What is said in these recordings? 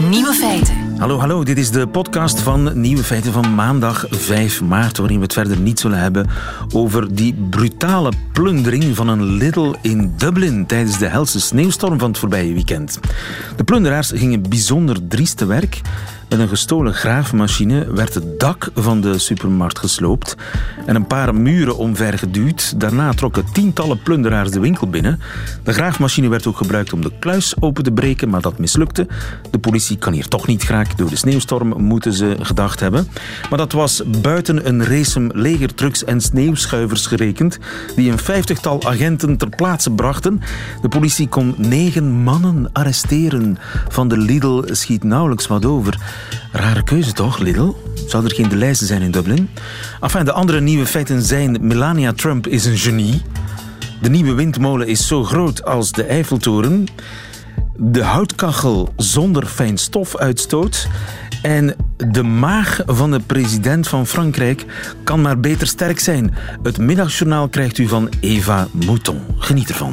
Nieuwe Feiten. Hallo, dit is de podcast van Nieuwe Feiten van maandag 5 maart, waarin we het verder niet zullen hebben over die brutale plundering van een Lidl in Dublin tijdens de helse sneeuwstorm van het voorbije weekend. De plunderaars gingen bijzonder driest te werk. Met een gestolen graafmachine werd het dak van de supermarkt gesloopt en een paar muren omvergeduwd. Daarna trokken tientallen plunderaars de winkel binnen. De graafmachine werd ook gebruikt om de kluis open te breken, maar dat mislukte. De politie kan hier toch niet graag door de sneeuwstorm, moeten ze gedacht hebben. Maar dat was buiten een racem legertrucks en sneeuwschuivers gerekend, die een 50-tal agenten ter plaatse brachten. De politie kon 9 mannen arresteren. Van de Lidl schiet nauwelijks wat over. Rare keuze toch, Lidl? Zou er geen de lijsten zijn in Dublin? Enfin, de andere nieuwe feiten zijn: Melania Trump is een genie. De nieuwe windmolen is zo groot als de Eiffeltoren. De houtkachel zonder fijnstofuitstoot. En de maag van de president van Frankrijk kan maar beter sterk zijn. Het middagjournaal krijgt u van Eva Mouton. Geniet ervan.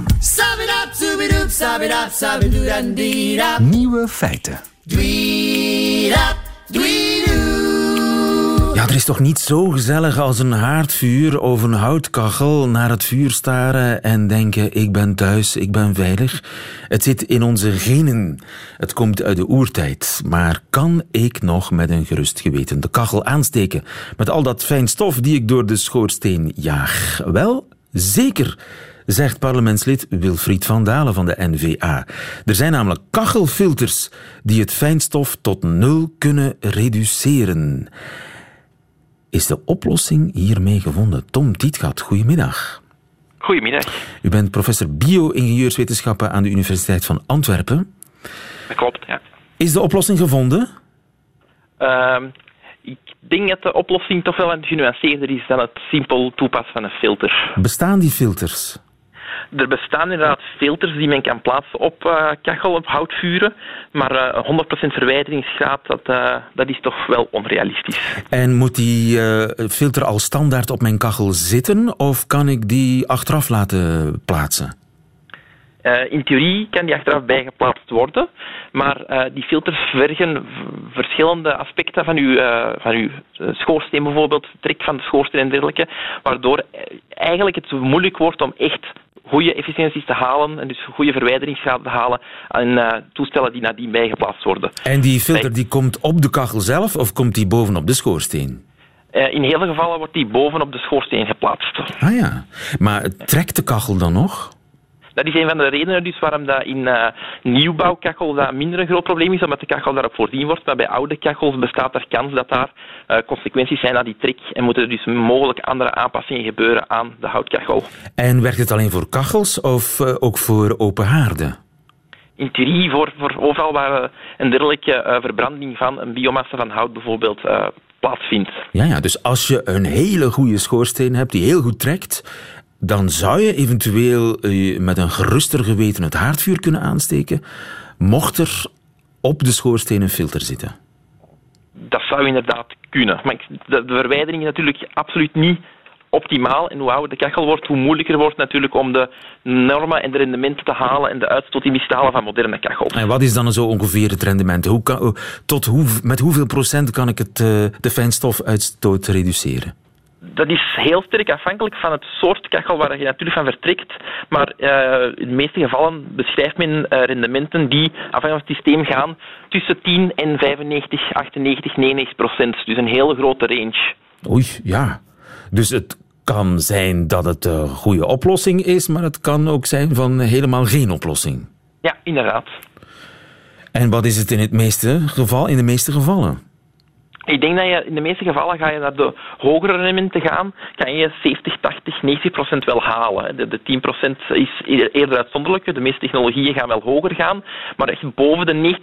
Nieuwe feiten. Ja, er is toch niet zo gezellig als een haardvuur of een houtkachel, naar het vuur staren en denken: ik ben thuis, ik ben veilig. Het zit in onze genen. Het komt uit de oertijd. Maar kan ik nog met een gerust geweten de kachel aansteken met al dat fijn stof die ik door de schoorsteen jaag? Wel, zeker, zegt parlementslid Wilfried van Dalen van de N-VA. Er zijn namelijk kachelfilters die het fijnstof tot 0 kunnen reduceren. Is de oplossing hiermee gevonden? Tom Tietgat, goedemiddag. Goedemiddag. U bent professor bio-ingenieurswetenschappen aan de Universiteit van Antwerpen. Dat klopt, ja. Is de oplossing gevonden? Ik denk dat de oplossing toch wel wat genuanceerder is dan het simpel toepassen van een filter. Bestaan die filters? Er bestaan inderdaad filters die men kan plaatsen op kachel, op houtvuren, maar 100% verwijderingsgraad, dat is toch wel onrealistisch. En moet die filter al standaard op mijn kachel zitten, of kan ik die achteraf laten plaatsen? In theorie kan die achteraf bijgeplaatst worden, maar die filters vergen verschillende aspecten van uw schoorsteen, bijvoorbeeld trek van de schoorsteen en dergelijke, waardoor eigenlijk het moeilijk wordt om echt goede efficiënties te halen en dus goede verwijderingsgraad te halen aan toestellen die nadien bijgeplaatst worden. En die filter die komt op de kachel zelf of komt die bovenop de schoorsteen? In heel veel gevallen wordt die bovenop de schoorsteen geplaatst. Ah ja, maar trekt de kachel dan nog? Dat is een van de redenen dus waarom dat in nieuwbouwkachel dat minder een groot probleem is, omdat de kachel daarop voorzien wordt. Maar bij oude kachels bestaat er kans dat daar consequenties zijn aan die trek en moeten er dus mogelijk andere aanpassingen gebeuren aan de houtkachel. En werkt het alleen voor kachels of ook voor open haarden? In theorie voor overal waar een dergelijke verbranding van een biomassa van hout bijvoorbeeld plaatsvindt. Ja, dus als je een hele goede schoorsteen hebt die heel goed trekt, dan zou je eventueel met een geruster geweten het haardvuur kunnen aansteken, mocht er op de schoorsteen een filter zitten. Dat zou inderdaad kunnen. Maar de verwijdering is natuurlijk absoluut niet optimaal. En hoe ouder de kachel wordt, hoe moeilijker wordt het natuurlijk om de normen en de rendementen te halen en de uitstootemissies te halen van moderne kachels. En wat is dan zo ongeveer het rendement? Met hoeveel procent kan ik de fijnstofuitstoot reduceren? Dat is heel sterk afhankelijk van het soort kachel waar je natuurlijk van vertrekt. Maar in de meeste gevallen beschrijft men rendementen die afhankelijk van het systeem gaan tussen 10 en 95, 98, 99%. Dus een hele grote range. Oei, ja. Dus het kan zijn dat het een goede oplossing is, maar het kan ook zijn van helemaal geen oplossing. Ja, inderdaad. En wat is het in de meeste gevallen? Ik denk dat je in de meeste gevallen ga je naar de hogere rendementen gaan, kan je 70, 80, 90% wel halen. De 10% is eerder uitzonderlijk. De meeste technologieën gaan wel hoger gaan, maar echt boven de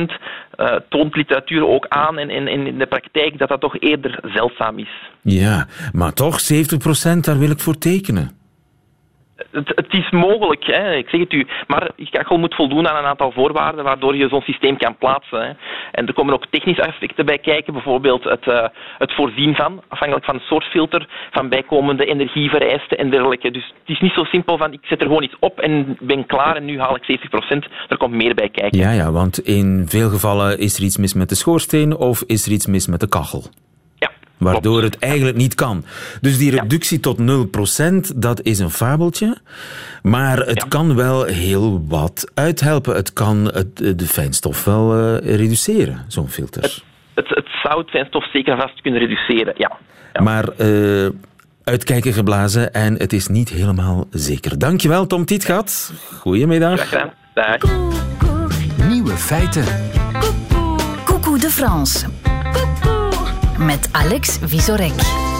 90% toont literatuur ook aan en in de praktijk dat toch eerder zeldzaam is. Ja, maar toch 70%, daar wil ik voor tekenen. Het is mogelijk, hè. Ik zeg het u. Maar Kachel moet voldoen aan een aantal voorwaarden waardoor je zo'n systeem kan plaatsen. Hè. En er komen ook technische aspecten bij kijken. Bijvoorbeeld het voorzien van, afhankelijk van het soort filter, van bijkomende energievereisten en dergelijke. Dus het is niet zo simpel van ik zet er gewoon iets op en ben klaar en nu haal ik 70%. Er komt meer bij kijken. Ja, want in veel gevallen is er iets mis met de schoorsteen of is er iets mis met de kachel. Waardoor het eigenlijk niet kan. Dus die reductie tot 0%, dat is een fabeltje. Maar het kan wel heel wat uithelpen. Het kan de fijnstof wel reduceren, zo'n filter. Het zou het fijnstof zeker vast kunnen reduceren, ja. Maar uitkijken geblazen en het is niet helemaal zeker. Dankjewel, Tom Tietgat. Goedemiddag. Graag gedaan. Dag. Nieuwe feiten. Coucou de France. Met Alex Vizorek.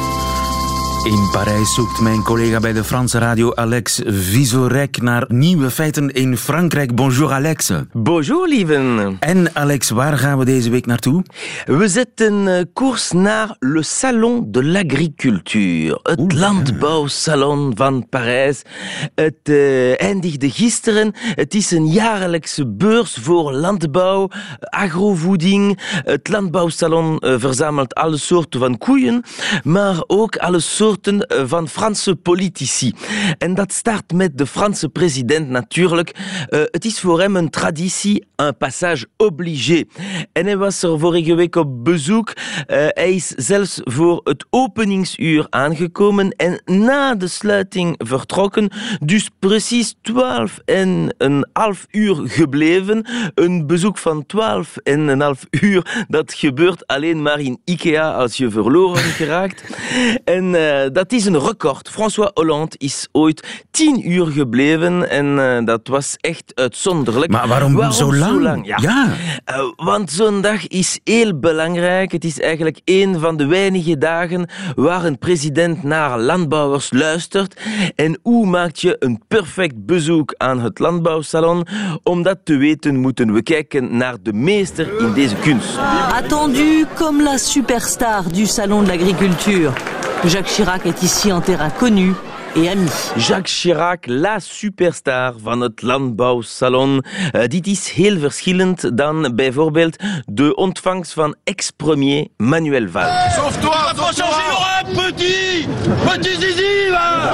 In Parijs zoekt mijn collega bij de Franse radio Alex Vizorek naar nieuwe feiten in Frankrijk. Bonjour Alex. Bonjour lieven. En Alex, waar gaan we deze week naartoe? We zetten koers naar Le Salon de l'Agriculture. Het landbouwsalon van Parijs. Het eindigde gisteren. Het is een jaarlijkse beurs voor landbouw, agrovoeding. Het landbouwsalon verzamelt alle soorten van koeien, maar ook alle soorten van Franse politici. En dat start met de Franse president natuurlijk. Het is voor hem een traditie, een passage obligé. En hij was er vorige week op bezoek. Hij is zelfs voor het openingsuur aangekomen en na de sluiting vertrokken. Dus precies 12,5 uur gebleven. Een bezoek van 12,5 uur, dat gebeurt alleen maar in Ikea als je verloren geraakt. En dat is een record. François Hollande is ooit 10 uur gebleven en dat was echt uitzonderlijk. Maar waarom zo lang? Ja. Want zo'n dag is heel belangrijk. Het is eigenlijk een van de weinige dagen waar een president naar landbouwers luistert. En hoe maak je een perfect bezoek aan het landbouwsalon? Om dat te weten moeten we kijken naar de meester in deze kunst. Attendu comme la superstar du Salon de l'Agriculture. Jacques Chirac est ici en terrain connu et ami. Jacques Chirac, la superstar van het landbouwsalon. Dit is heel verschillend dan bijvoorbeeld de ontvangst van ex-premier Manuel Valls. Sauve-toi, va pas changer l'oreille, petit zizi,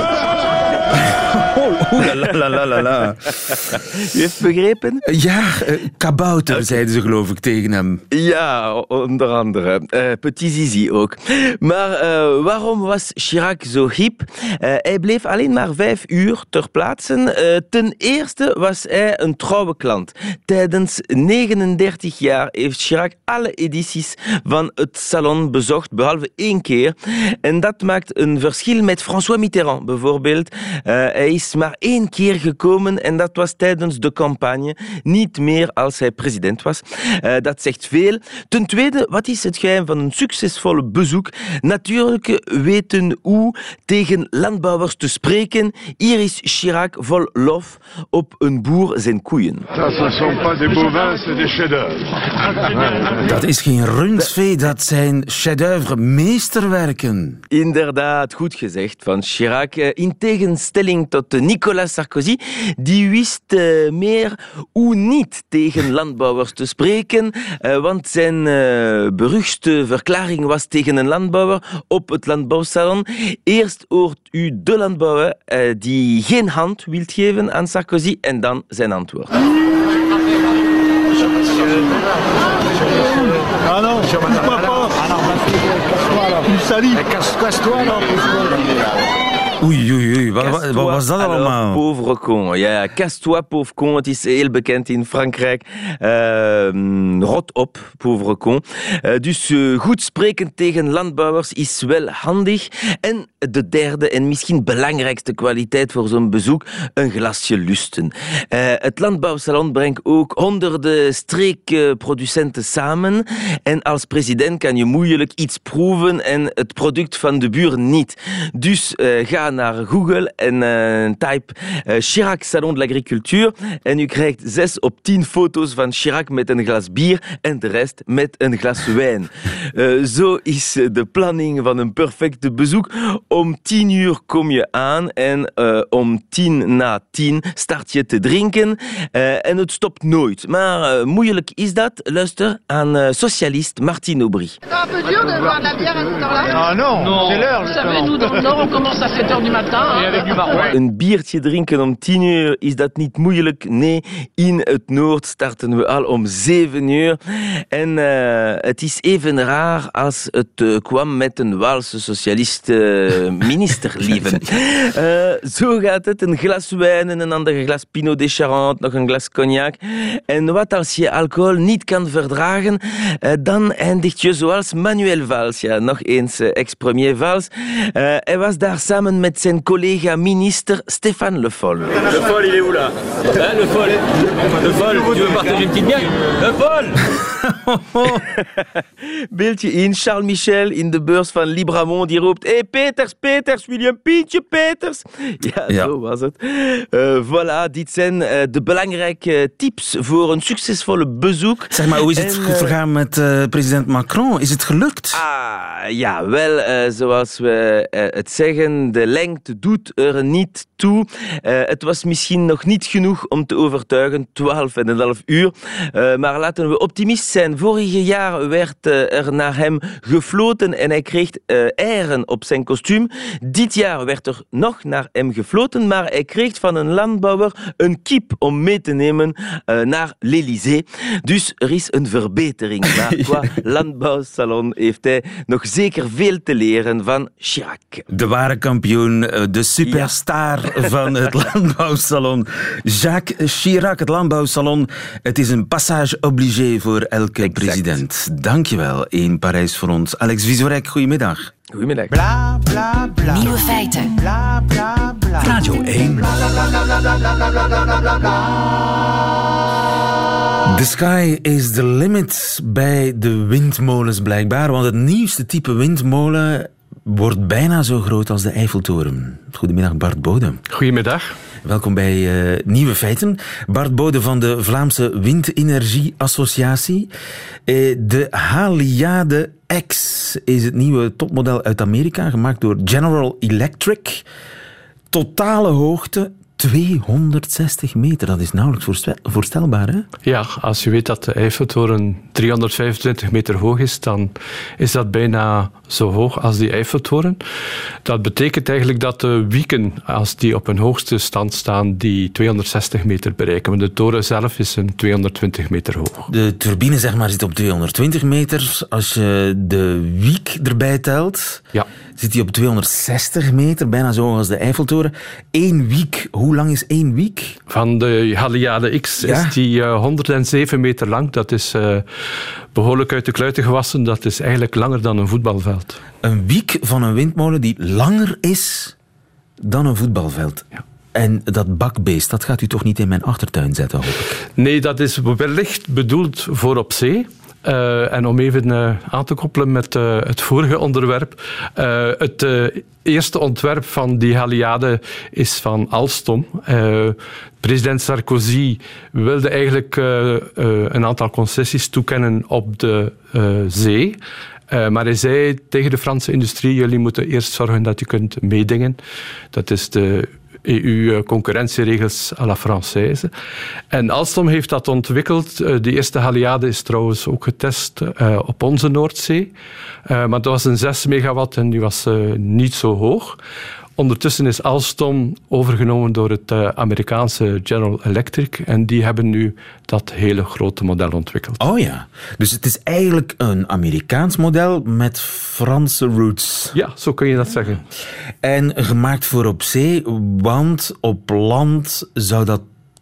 La. U heeft begrepen? Ja, kabouter, zeiden ze geloof ik tegen hem. Ja, onder andere. Petit zizi ook. Maar waarom was Chirac zo hip? Hij bleef alleen maar 5 uur ter plaatse. Ten eerste was hij een trouwe klant. Tijdens 39 jaar heeft Chirac alle edities van het salon bezocht, behalve 1 keer. En dat maakt een verschil met François Mitterrand bijvoorbeeld. Hij is maar 1 keer gekomen en dat was tijdens de campagne, niet meer als hij president was. Dat zegt veel. Ten tweede, wat is het geheim van een succesvolle bezoek? Natuurlijk weten hoe tegen landbouwers te spreken. Hier is Chirac vol lof op een boer zijn koeien. Ça, ce sont pas des bovins, c'est des chefs-d'œuvre. Dat is geen rundvee, dat zijn chef-d'œuvre meesterwerken. Inderdaad, goed gezegd van Chirac. In tegenstelling tot Nicolas Sarkozy, die wist meer hoe niet tegen landbouwers te spreken, want zijn beruchte verklaring was tegen een landbouwer op het landbouwsalon. Eerst hoort u de landbouwer die geen hand wil geven aan Sarkozy en dan zijn antwoord. Ah non, pourquoi pas? Casse-toi là. Oei, wat was dat allemaal? Pauvre con. Ja, casse-toi, pauvre con. Het is heel bekend in Frankrijk. Rot op, pauvre con. Dus goed spreken tegen landbouwers is wel handig. En de derde en misschien belangrijkste kwaliteit voor zo'n bezoek, een glasje lusten. Het landbouwsalon brengt ook honderden streekproducenten samen. En als president kan je moeilijk iets proeven en het product van de buur niet. Dus ga ga naar Google en type Chirac Salon de l'Agriculture en u krijgt 6 op 10 foto's van Chirac met een glas bier en de rest met een glas wijn. Zo is de planning van een perfecte bezoek. Om 10 uur kom je aan en om 10:10 start je te drinken en het stopt nooit. Maar moeilijk is dat? Luister aan socialist Martine Aubry. C'est un peu dur de boire de la bière à cette heure-là. Ah non, c'est l'heure. Vous savez, nous dans le Nord, on commence à 7h du matin. Et avec du maroilles. Een biertje drinken om 10 uur, is dat niet moeilijk? Nee, in het Noord starten we al om 7 uur. En het is even raar als het kwam met een Waalse socialist ministerlieven. Zo gaat het. Een glas wijn en een ander glas Pinot de Charente, nog een glas cognac. En wat als je alcohol niet kan verdragen, dan eindigt je zoals Manuel Valls. Ja, nog eens ex-premier Valls. Hij was daar samen met zijn collega-minister Stéphane Le Foll. Le Foll, il est où là? Le Foll, tu veux partager une petite bière? Le Foll! Beeldje in, Charles Michel in de beurs van Libramont, die roept: hey Peters, wil je een pintje, Peters? Ja, zo was het. Voilà, dit zijn de belangrijke tips voor een succesvolle bezoek. Zeg maar, hoe is het vergaan met president Macron? Is het gelukt? Ja, wel, zoals we het zeggen, de lengte doet er niet toe. Het was misschien nog niet genoeg om te overtuigen, 12,5 uur. Maar laten we optimist zijn. Vorig jaar werd er naar hem gefloten en hij kreeg eieren op zijn kostuum. Dit jaar werd er nog naar hem gefloten, maar hij kreeg van een landbouwer een kip om mee te nemen naar l'Élysée. Dus er is een verbetering. Maar qua landbouwsalon heeft hij nog zeker veel te leren van Chirac. De ware kampioen, de superstar van het landbouwsalon. Jacques Chirac, het landbouwsalon. Het is een passage obligé voor elke president. Dankjewel in Parijs voor ons. Alex Vizorek, goedemiddag. Goedemiddag. Bla, bla, bla. Nieuwe feiten. Bla, bla, bla. Radio 1. The sky is the limit bij de windmolens blijkbaar, want het nieuwste type windmolen wordt bijna zo groot als de Eiffeltoren. Goedemiddag Bart Bode. Goedemiddag. Welkom bij Nieuwe Feiten. Bart Bode van de Vlaamse Windenergie Associatie. De Haliade X is het nieuwe topmodel uit Amerika, gemaakt door General Electric. Totale hoogte 260 meter, dat is nauwelijks voorstelbaar, hè? Ja, als je weet dat de Eiffeltoren 325 meter hoog is, dan is dat bijna zo hoog als die Eiffeltoren. Dat betekent eigenlijk dat de wieken, als die op hun hoogste stand staan, die 260 meter bereiken. Maar de toren zelf is een 220 meter hoog. De turbine, zeg maar, zit op 220 meter. Als je de wiek erbij telt, zit die op 260 meter, bijna zo hoog als de Eiffeltoren. 1 wiek, hoe lang is 1 wiek? Van de Haliade X is die 107 meter lang. Dat is behoorlijk uit de kluiten gewassen. Dat is eigenlijk langer dan een voetbalveld. Een wiek van een windmolen die langer is dan een voetbalveld. Ja. En dat bakbeest, dat gaat u toch niet in mijn achtertuin zetten, hoop ik? Nee, dat is wellicht bedoeld voor op zee. En om even aan te koppelen met het vorige onderwerp. Het eerste ontwerp van die Haliade is van Alstom. President Sarkozy wilde eigenlijk een aantal concessies toekennen op de zee. Maar hij zei tegen de Franse industrie: jullie moeten eerst zorgen dat je kunt meedingen. Dat is de EU-concurrentieregels à la Française. En Alstom heeft dat ontwikkeld. De eerste Haliade is trouwens ook getest op onze Noordzee. Maar dat was een 6 megawatt en die was niet zo hoog. Ondertussen is Alstom overgenomen door het Amerikaanse General Electric en die hebben nu dat hele grote model ontwikkeld. Oh ja, dus het is eigenlijk een Amerikaans model met Franse roots. Ja, zo kun je dat zeggen. En gemaakt voor op zee, want op land zou dat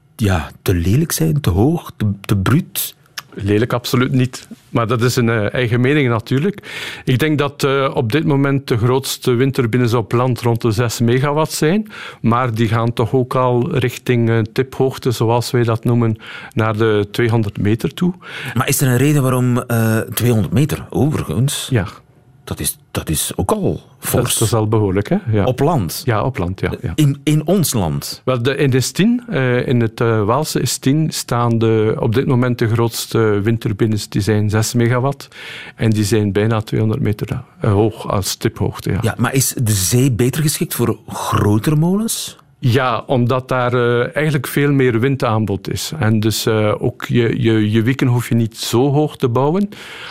te lelijk zijn, te hoog, te bruut. Lelijk absoluut niet. Maar dat is een eigen mening natuurlijk. Ik denk dat op dit moment de grootste windturbines op land rond de 6 megawatt zijn. Maar die gaan toch ook al richting tiphoogte, zoals wij dat noemen, naar de 200 meter toe. Maar is er een reden waarom 200 meter, overigens? Ja. Dat is ook al fors. Dat is al behoorlijk, hè? Ja. Op land? Ja, op land, ja. In ons land? Wel, in de Stien, in het Waalse Stien, staan op dit moment de grootste windturbines. Die zijn 6 megawatt. En die zijn bijna 200 meter hoog als stiphoogte. Ja. Ja, maar is de zee beter geschikt voor grotere molens? Ja, omdat daar eigenlijk veel meer windaanbod is. En dus ook je wieken hoef je niet zo hoog te bouwen.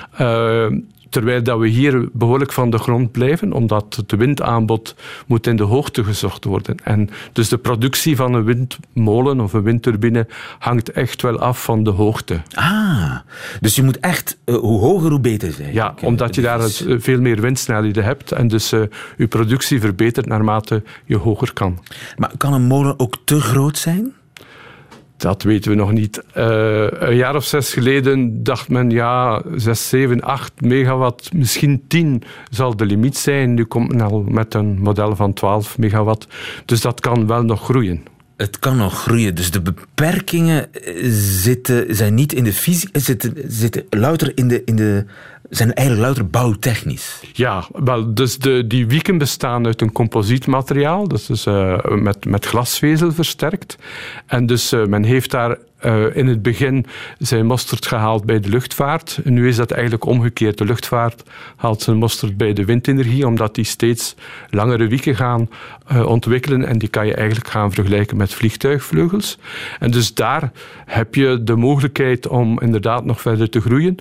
Terwijl dat we hier behoorlijk van de grond blijven, omdat het windaanbod moet in de hoogte gezocht worden. En dus de productie van een windmolen of een windturbine hangt echt wel af van de hoogte. Ah, dus je moet echt, hoe hoger hoe beter zijn. Ja, omdat je daar veel meer windsnelheden hebt en dus je productie verbetert naarmate je hoger kan. Maar kan een molen ook te groot zijn? Dat weten we nog niet. Een jaar of 6 geleden dacht men, 6, 7, 8 megawatt, misschien 10 zal de limiet zijn. Nu komt men al met een model van 12 megawatt. Dus dat kan wel nog groeien. Het kan nog groeien. Dus de beperkingen zijn niet in de fysiek, zitten louter zijn eigenlijk louter bouwtechnisch. Ja, wel, dus die wieken bestaan uit een composietmateriaal, dat is met glasvezel versterkt. En dus men heeft daar in het begin zijn mosterd gehaald bij de luchtvaart. En nu is dat eigenlijk omgekeerd. De luchtvaart haalt zijn mosterd bij de windenergie, omdat die steeds langere wieken gaan ontwikkelen. En die kan je eigenlijk gaan vergelijken met vliegtuigvleugels. En dus daar heb je de mogelijkheid om inderdaad nog verder te groeien.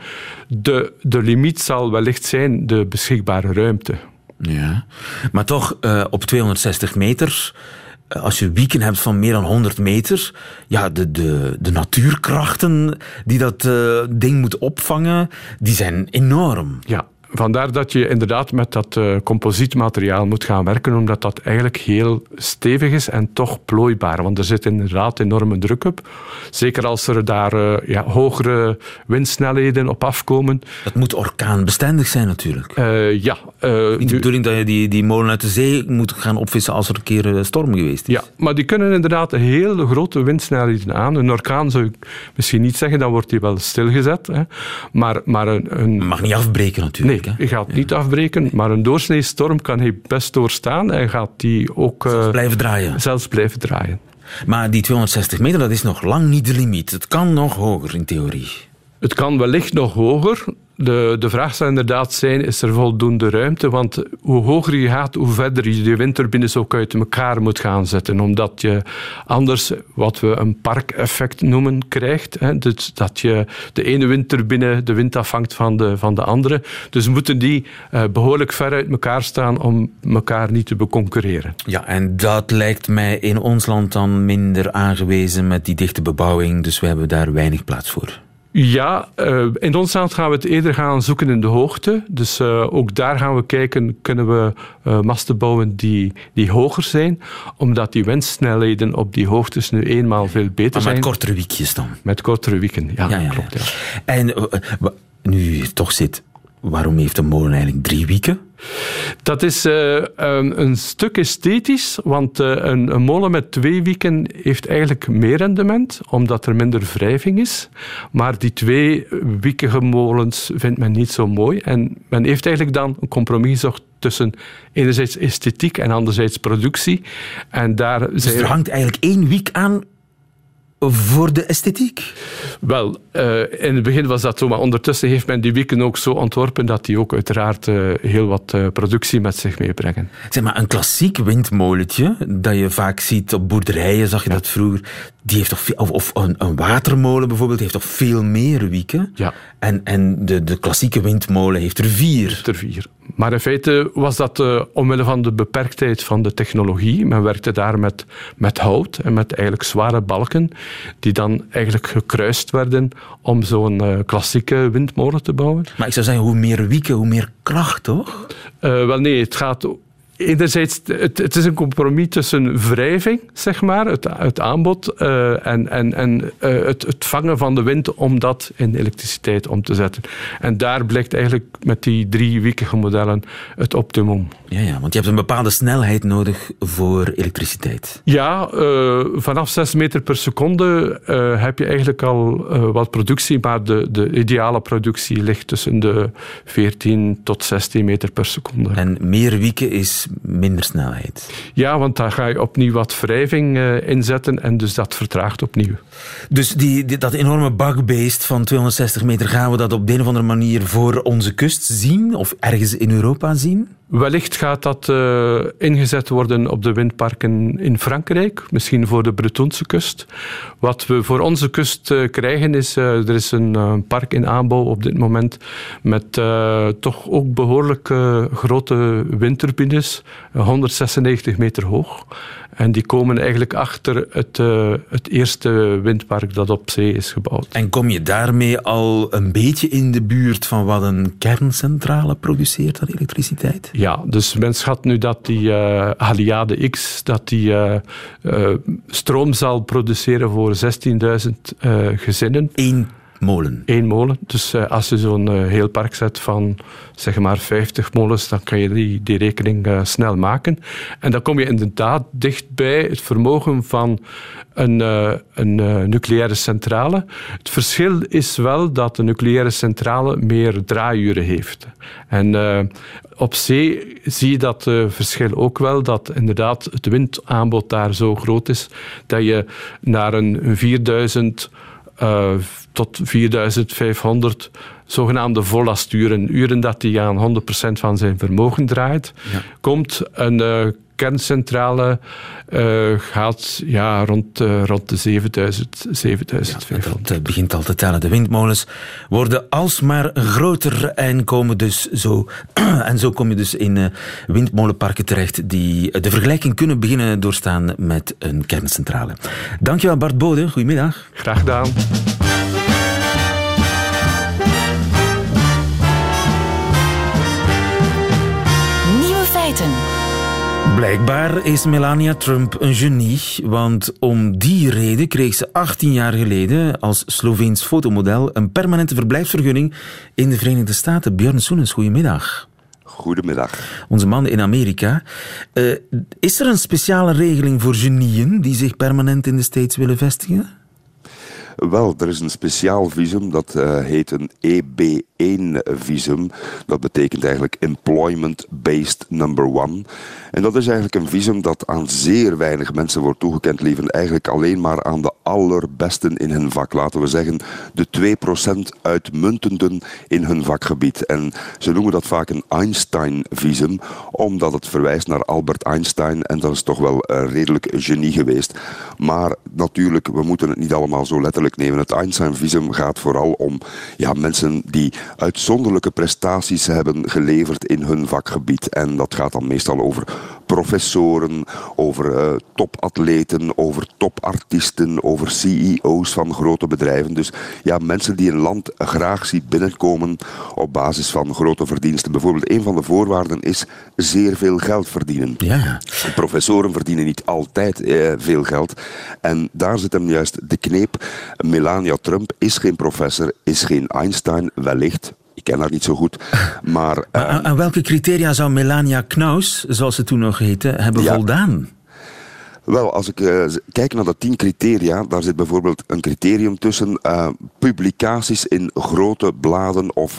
De limiet zal wellicht zijn de beschikbare ruimte. Ja, maar toch op 260 meter... Als je wieken hebt van meer dan 100 meter, ja, de natuurkrachten die dat ding moet opvangen, die zijn enorm. Ja, vandaar dat je inderdaad met dat composietmateriaal moet gaan werken, omdat dat eigenlijk heel stevig is en toch plooibaar. Want er zit inderdaad enorme druk op. Zeker als er daar hogere windsnelheden op afkomen. Dat moet orkaanbestendig zijn natuurlijk. Ja. Niet de bedoeling dat je die molen uit de zee moet gaan opvissen als er een keer storm geweest is. Ja, maar die kunnen inderdaad hele grote windsnelheden aan. Een orkaan zou ik misschien niet zeggen, dan wordt die wel stilgezet. Hè. Maar een mag niet afbreken natuurlijk. Nee, hij gaat niet afbreken, maar een doorsneestorm kan hij best doorstaan en gaat die ook zelfs blijven draaien. Maar die 260 meter, dat is nog lang niet de limiet. Het kan nog hoger in theorie. Het kan wellicht nog hoger. De vraag zou inderdaad zijn, is er voldoende ruimte? Want hoe hoger je gaat, hoe verder je de windturbines ook uit elkaar moet gaan zetten. Omdat je anders, wat we een parkeffect noemen, krijgt. Hè? Dus dat je de ene windturbine de wind afvangt van de andere. Dus moeten die behoorlijk ver uit elkaar staan om elkaar niet te beconcurreren. Ja, en dat lijkt mij in ons land dan minder aangewezen met die dichte bebouwing. Dus we hebben daar weinig plaats voor. Ja, in ons land gaan we het eerder gaan zoeken in de hoogte. Dus ook daar gaan we kijken, kunnen we masten bouwen die hoger zijn, omdat die windsnelheden op die hoogtes nu eenmaal veel beter zijn. Maar met kortere wiekjes dan? Met kortere wieken, ja. Klopt. Ja. En nu je het toch zit, waarom heeft een molen eigenlijk 3 wieken? Dat is een stuk esthetisch, want een molen met 2 wieken heeft eigenlijk meer rendement, omdat er minder wrijving is. Maar die 2-wiekige molens vindt men niet zo mooi. En men heeft eigenlijk dan een compromis gezocht tussen enerzijds esthetiek en anderzijds productie. En daar dus er hangt eigenlijk 1 wiek aan voor de esthetiek? Wel, in het begin was dat zo, maar ondertussen heeft men die wieken ook zo ontworpen dat die ook uiteraard heel wat productie met zich meebrengen. Zeg maar, een klassiek windmolentje dat je vaak ziet op boerderijen, zag je dat vroeger, die heeft toch veel, of een watermolen bijvoorbeeld, heeft toch veel meer wieken? Ja. En de klassieke windmolen heeft er 4. Maar in feite was dat omwille van de beperktheid van de technologie. Men werkte daar met hout en met eigenlijk zware balken die dan eigenlijk gekruist werden om zo'n klassieke windmolen te bouwen. Maar ik zou zeggen, hoe meer wieken, hoe meer kracht, toch? Wel nee, het gaat enerzijds, het is een compromis tussen wrijving, zeg maar, het aanbod, en het vangen van de wind om dat in elektriciteit om te zetten. En daar blijkt eigenlijk met die 3-wiekige modellen het optimum. Ja, want je hebt een bepaalde snelheid nodig voor elektriciteit. Ja, vanaf 6 meter per seconde heb je eigenlijk al wat productie, maar de ideale productie ligt tussen de 14 tot 16 meter per seconde. En meer wieken is minder snelheid. Ja, want daar ga je opnieuw wat wrijving inzetten en dus dat vertraagt opnieuw. Dus dat enorme bakbeest van 260 meter, gaan we dat op de een of andere manier voor onze kust zien? Of ergens in Europa zien? Wellicht gaat dat ingezet worden op de windparken in Frankrijk, misschien voor de Bretonse kust. Wat we voor onze kust krijgen is, er is een park in aanbouw op dit moment met toch ook behoorlijk grote windturbines, 196 meter hoog. En die komen eigenlijk achter het eerste windpark dat op zee is gebouwd. En kom je daarmee al een beetje in de buurt van wat een kerncentrale produceert aan elektriciteit? Ja, dus men schat nu dat die Haliade X stroom zal produceren voor 16.000 gezinnen. Eén molen. Dus als je zo'n heel park zet van zeg maar 50 molens, dan kan je die rekening snel maken. En dan kom je inderdaad dicht bij het vermogen van een nucleaire centrale. Het verschil is wel dat de nucleaire centrale meer draaiuren heeft. En op zee zie je dat verschil ook wel, dat inderdaad het windaanbod daar zo groot is, dat je naar een 4000 tot 4500 zogenaamde vollasturen, uren dat die aan 100% van zijn vermogen draait, komt een kerncentrale gaat rond de 7500. Dat begint al te tellen. De windmolens worden alsmaar groter en komen dus zo. En zo kom je dus in windmolenparken terecht die de vergelijking kunnen beginnen doorstaan met een kerncentrale. Dankjewel Bart Bode. Goedemiddag. Graag gedaan. Nieuwe feiten. Blijkbaar is Melania Trump een genie, want om die reden kreeg ze 18 jaar geleden als Sloveens fotomodel een permanente verblijfsvergunning in de Verenigde Staten. Björn Soenens, goedemiddag. Goedemiddag. Onze man in Amerika. Is er een speciale regeling voor genieën die zich permanent in de States willen vestigen? Wel, er is een speciaal visum, dat heet een EB-1-visum. Dat betekent eigenlijk Employment Based Number 1. En dat is eigenlijk een visum dat aan zeer weinig mensen wordt toegekend, liever eigenlijk alleen maar aan de allerbesten in hun vak. Laten we zeggen, de 2% uitmuntenden in hun vakgebied. En ze noemen dat vaak een Einstein-visum, omdat het verwijst naar Albert Einstein. En dat is toch wel redelijk genie geweest. Maar natuurlijk, we moeten het niet allemaal zo letterlijk nemen. Het Einstein-visum gaat vooral om mensen die uitzonderlijke prestaties hebben geleverd in hun vakgebied. En dat gaat dan meestal over professoren, over topatleten, over topartiesten, over CEO's van grote bedrijven. Dus mensen die een land graag ziet binnenkomen op basis van grote verdiensten. Bijvoorbeeld, een van de voorwaarden is zeer veel geld verdienen. Ja. Professoren verdienen niet altijd veel geld. En daar zit hem juist de kneep. Melania Trump is geen professor, is geen Einstein, wellicht. Ik ken haar niet zo goed, maar... Aan welke criteria zou Melania Knaus, zoals ze toen nog heette, hebben voldaan? Wel, als ik kijk naar de 10 criteria, daar zit bijvoorbeeld een criterium tussen publicaties in grote bladen of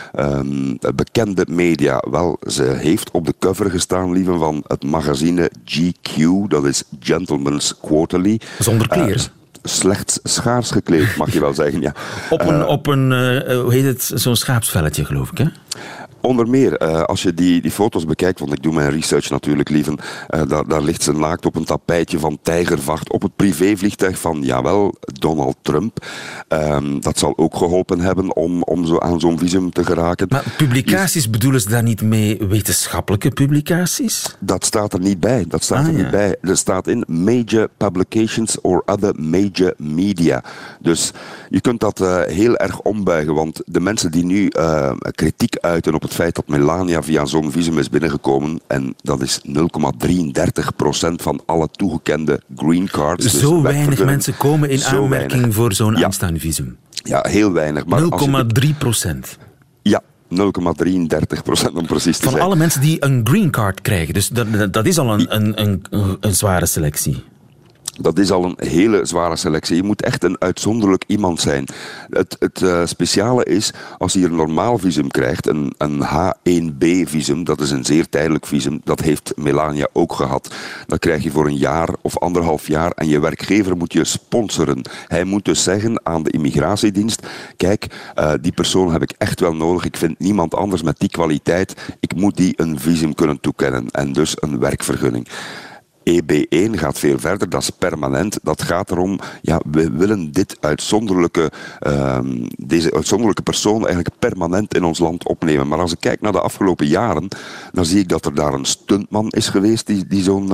bekende media. Wel, ze heeft op de cover gestaan, lieve, van het magazine GQ, dat is Gentleman's Quarterly. Zonder kleers. Slechts schaars gekleed, mag je wel zeggen, ja. Op een hoe heet het, zo'n schaapsvelletje, geloof ik, hè? Onder meer, als je die foto's bekijkt, want ik doe mijn research natuurlijk, lieven, daar ligt ze naakt op een tapijtje van tijgervacht op het privévliegtuig van, Donald Trump. Dat zal ook geholpen hebben om zo aan zo'n visum te geraken. Maar publicaties, bedoelen ze daar niet mee wetenschappelijke publicaties? Dat staat er niet bij. Dat staat er niet bij. Er staat in major publications or other major media. Dus je kunt dat heel erg ombuigen, want de mensen die nu kritiek uiten op het feit dat Melania via zo'n visum is binnengekomen. En dat is 0,33% van alle toegekende green cards. Dus zo weinig mensen komen in aanmerking weinig voor zo'n Einstein-visum. Ja, heel weinig. 0,3%. Ja, 0,33% om precies te zijn. Van alle mensen die een green card krijgen. Dus dat is al een zware selectie. Dat is al een hele zware selectie. Je moet echt een uitzonderlijk iemand zijn. Het speciale is, als je een normaal visum krijgt, een H1B-visum, dat is een zeer tijdelijk visum, dat heeft Melania ook gehad. Dat krijg je voor een jaar of 1,5 jaar en je werkgever moet je sponsoren. Hij moet dus zeggen aan de immigratiedienst, kijk, die persoon heb ik echt wel nodig, ik vind niemand anders met die kwaliteit, ik moet die een visum kunnen toekennen en dus een werkvergunning. EB1 gaat veel verder, dat is permanent. Dat gaat erom, ja, we willen deze uitzonderlijke persoon eigenlijk permanent in ons land opnemen. Maar als ik kijk naar de afgelopen jaren, dan zie ik dat er daar een stuntman is geweest die zo'n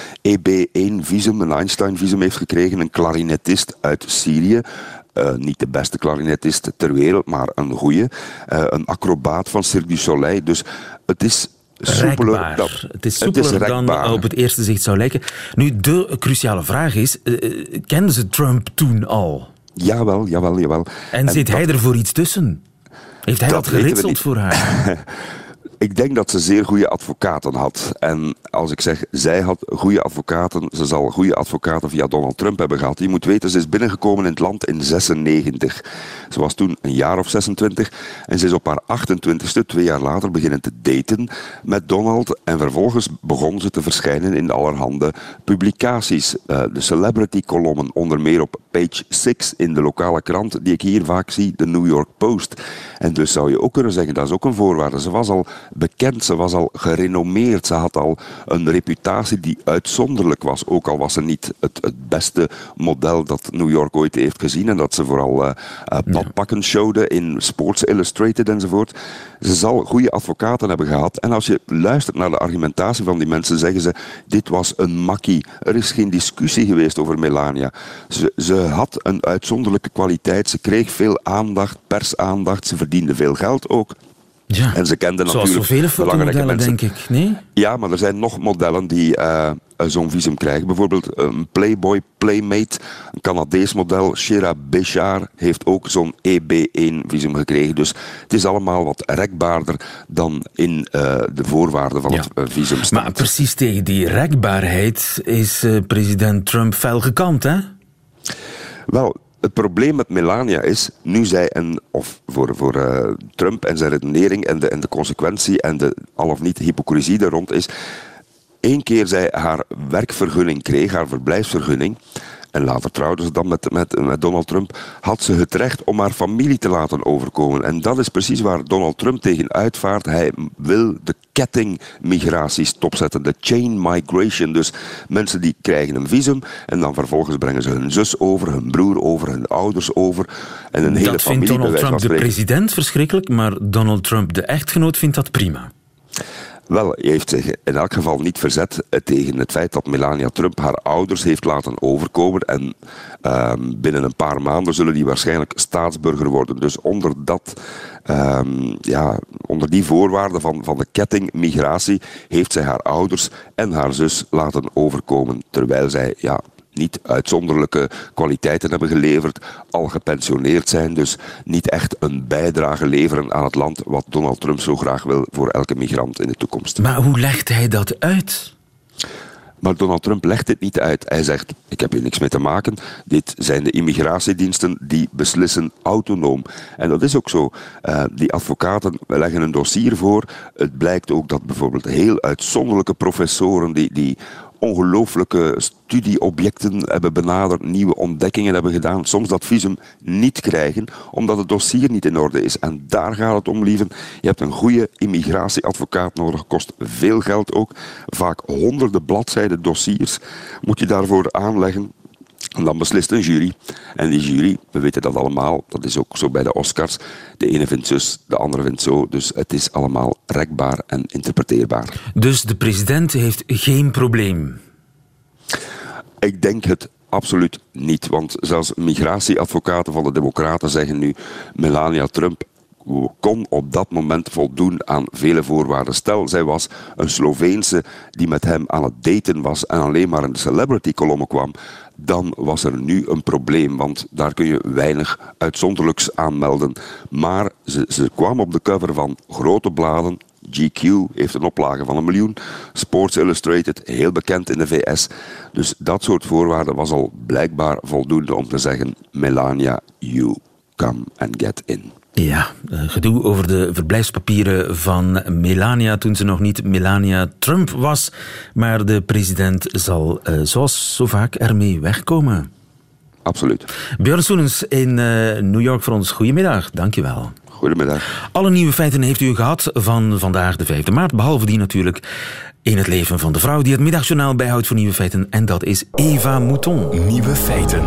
EB1-visum, een Einstein-visum heeft gekregen, een klarinetist uit Syrië. Niet de beste klarinetist ter wereld, maar een goeie. Een acrobaat van Cirque du Soleil. Dus het is soepeler. Het is soepeler dan op het eerste zicht zou lijken. Nu, de cruciale vraag is, kenden ze Trump toen al? Jawel. En zit hij er voor iets tussen? Heeft hij dat geritseld voor haar? Ik denk dat ze zeer goede advocaten had. En als ik zeg, zij had goede advocaten, ze zal goede advocaten via Donald Trump hebben gehad. Je moet weten, ze is binnengekomen in het land in 96. Ze was toen een jaar of 26 en ze is op haar 28e, 2 jaar later, beginnen te daten met Donald. En vervolgens begon ze te verschijnen in allerhande publicaties. De celebrity-kolommen, onder meer op page 6 in de lokale krant, die ik hier vaak zie, de New York Post. En dus zou je ook kunnen zeggen, dat is ook een voorwaarde. Ze was al bekend, ze was al gerenommeerd, ze had al een reputatie die uitzonderlijk was, ook al was ze niet het beste model dat New York ooit heeft gezien en dat ze vooral badpakken showde in Sports Illustrated enzovoort. Ze zal goede advocaten hebben gehad en als je luistert naar de argumentatie van die mensen, zeggen ze, dit was een makkie. Er is geen discussie geweest over Melania. Ze had een uitzonderlijke kwaliteit, ze kreeg veel aandacht, persaandacht, ze verdiende veel geld ook. Ja. En ze kenden natuurlijk zoveel belangrijke mensen. Denk ik, nee? Ja, maar er zijn nog modellen die zo'n visum krijgen. Bijvoorbeeld een Playboy Playmate, een Canadees model. Shira Beshar heeft ook zo'n EB1-visum gekregen. Dus het is allemaal wat rekbaarder dan in de voorwaarden van het visum staat. Maar precies tegen die rekbaarheid is president Trump fel gekant, hè? Wel, het probleem met Melania is, nu zij voor Trump en zijn redenering en de consequentie en de al of niet hypocrisie er rond is, 1 keer zij haar werkvergunning kreeg, haar verblijfsvergunning, en later trouwde ze dan met Donald Trump, had ze het recht om haar familie te laten overkomen. En dat is precies waar Donald Trump tegen uitvaart. Hij wil de kettingmigratie stopzetten, de chain migration. Dus mensen die krijgen een visum en dan vervolgens brengen ze hun zus over, hun broer over, hun ouders over. En een hele familie. Dat vindt Donald Trump, de president, verschrikkelijk, maar Donald Trump, de echtgenoot, vindt dat prima. Wel, hij heeft zich in elk geval niet verzet tegen het feit dat Melania Trump haar ouders heeft laten overkomen. En binnen een paar maanden zullen die waarschijnlijk staatsburger worden. Dus onder die voorwaarden van de kettingmigratie heeft zij haar ouders en haar zus laten overkomen. Terwijl zij niet uitzonderlijke kwaliteiten hebben geleverd, al gepensioneerd zijn, dus niet echt een bijdrage leveren aan het land wat Donald Trump zo graag wil voor elke migrant in de toekomst. Maar hoe legt hij dat uit? Maar Donald Trump legt dit niet uit. Hij zegt, ik heb hier niks mee te maken. Dit zijn de immigratiediensten die beslissen autonoom. En dat is ook zo. Die advocaten leggen een dossier voor. Het blijkt ook dat bijvoorbeeld heel uitzonderlijke professoren die ongelooflijke studieobjecten hebben benaderd, nieuwe ontdekkingen hebben gedaan, soms dat visum niet krijgen, omdat het dossier niet in orde is. En daar gaat het om, lieven. Je hebt een goede immigratieadvocaat nodig, kost veel geld ook, vaak honderden bladzijden dossiers moet je daarvoor aanleggen. En dan beslist een jury. En die jury, we weten dat allemaal, dat is ook zo bij de Oscars. De ene vindt zus, de andere vindt zo. Dus het is allemaal rekbaar en interpreteerbaar. Dus de president heeft geen probleem? Ik denk het absoluut niet. Want zelfs migratieadvocaten van de Democraten zeggen nu, Melania Trump kon op dat moment voldoen aan vele voorwaarden. Stel, zij was een Sloveense die met hem aan het daten was en alleen maar in de celebrity-kolommen kwam, dan was er nu een probleem, want daar kun je weinig uitzonderlijks aan melden. Maar ze kwam op de cover van grote bladen. GQ heeft een oplage van 1 miljoen. Sports Illustrated, heel bekend in de VS. Dus dat soort voorwaarden was al blijkbaar voldoende om te zeggen: Melania, you come and get in. Ja, gedoe over de verblijfspapieren van Melania toen ze nog niet Melania Trump was. Maar de president zal, zoals zo vaak, ermee wegkomen. Absoluut. Björn Soenens in New York voor ons. Goedemiddag, dankjewel. Goedemiddag. Alle nieuwe feiten heeft u gehad van vandaag de 5e maart. Behalve die natuurlijk in het leven van de vrouw die het middagjournaal bijhoudt voor nieuwe feiten. En dat is Eva Mouton. Nieuwe feiten.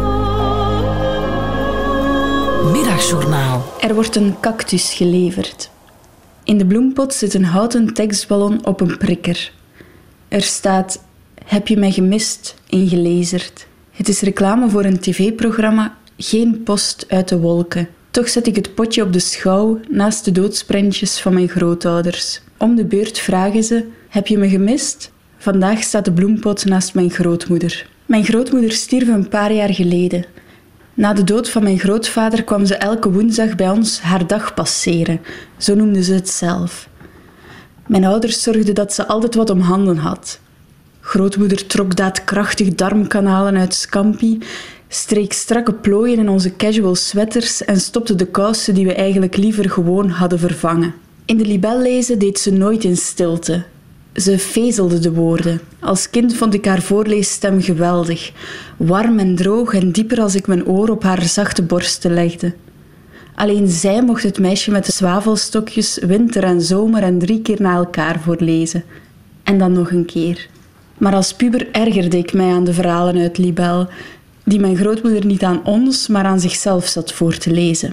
Middagjournaal. Er wordt een cactus geleverd. In de bloempot zit een houten tekstballon op een prikker. Er staat: heb je mij gemist? Ingelezerd. Het is reclame voor een tv-programma, geen post uit de wolken. Toch zet ik het potje op de schouw naast de doodsprentjes van mijn grootouders. Om de beurt vragen ze: heb je me gemist? Vandaag staat de bloempot naast mijn grootmoeder. Mijn grootmoeder stierf een paar jaar geleden. Na de dood van mijn grootvader kwam ze elke woensdag bij ons haar dag passeren. Zo noemde ze het zelf. Mijn ouders zorgden dat ze altijd wat om handen had. Grootmoeder trok daadkrachtig darmkanalen uit scampi, streek strakke plooien in onze casual sweaters en stopte de kousen die we eigenlijk liever gewoon hadden vervangen. In de libel lezen deed ze nooit in stilte. Ze vezelde de woorden. Als kind vond ik haar voorleesstem geweldig. Warm en droog en dieper als ik mijn oor op haar zachte borsten legde. Alleen zij mocht het meisje met de zwavelstokjes winter en zomer en 3 keer na elkaar voorlezen. En dan nog een keer. Maar als puber ergerde ik mij aan de verhalen uit libel, die mijn grootmoeder niet aan ons, maar aan zichzelf zat voor te lezen.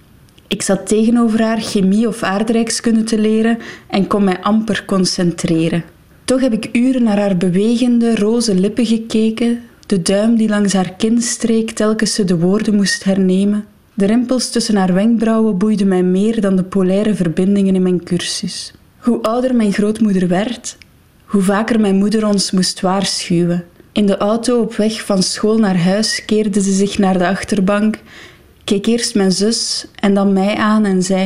Ik zat tegenover haar chemie of aardrijkskunde te leren en kon mij amper concentreren. Toch heb ik uren naar haar bewegende, roze lippen gekeken, de duim die langs haar kin streek telkens ze de woorden moest hernemen. De rimpels tussen haar wenkbrauwen boeiden mij meer dan de polaire verbindingen in mijn cursus. Hoe ouder mijn grootmoeder werd, hoe vaker mijn moeder ons moest waarschuwen. In de auto op weg van school naar huis keerde ze zich naar de achterbank, keek eerst mijn zus en dan mij aan en zei: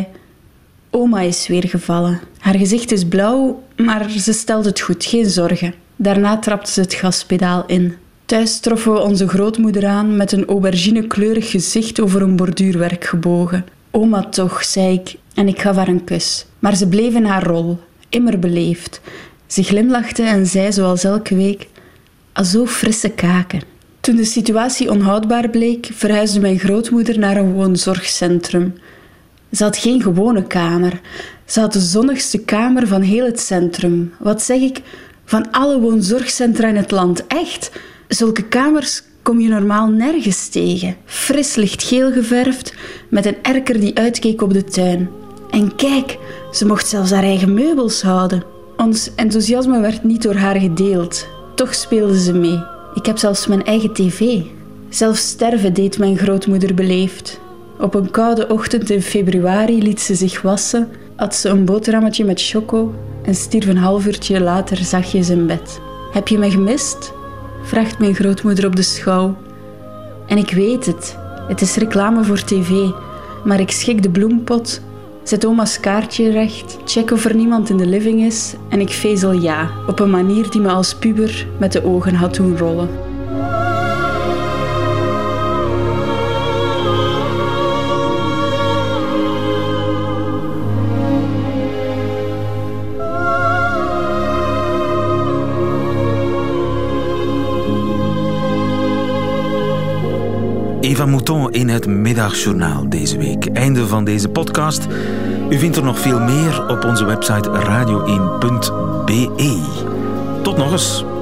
oma is weer gevallen. Haar gezicht is blauw, maar ze stelt het goed, geen zorgen. Daarna trapte ze het gaspedaal in. Thuis troffen we onze grootmoeder aan met een auberginekleurig gezicht over een borduurwerk gebogen. Oma toch, zei ik, en ik gaf haar een kus. Maar ze bleef in haar rol, immer beleefd. Ze glimlachte en zei zoals elke week: zo frisse kaken. Toen de situatie onhoudbaar bleek, verhuisde mijn grootmoeder naar een woonzorgcentrum. Ze had geen gewone kamer. Ze had de zonnigste kamer van heel het centrum. Wat zeg ik? Van alle woonzorgcentra in het land. Echt? Zulke kamers kom je normaal nergens tegen. Fris lichtgeel geverfd, met een erker die uitkeek op de tuin. En kijk, ze mocht zelfs haar eigen meubels houden. Ons enthousiasme werd niet door haar gedeeld. Toch speelde ze mee. Ik heb zelfs mijn eigen tv. Zelfs sterven deed mijn grootmoeder beleefd. Op een koude ochtend in februari liet ze zich wassen, at ze een boterhammetje met choco en stierf een half uurtje later zachtjes in bed. Heb je me gemist? Vraagt mijn grootmoeder op de schouw. En ik weet het. Het is reclame voor tv. Maar ik schik de bloempot, zet oma's kaartje recht, check of er niemand in de living is en ik vezel ja, op een manier die me als puber met de ogen had doen rollen. Eva Mouton in het Middagjournaal deze week. Einde van deze podcast. U vindt er nog veel meer op onze website radio1.be. Tot nog eens.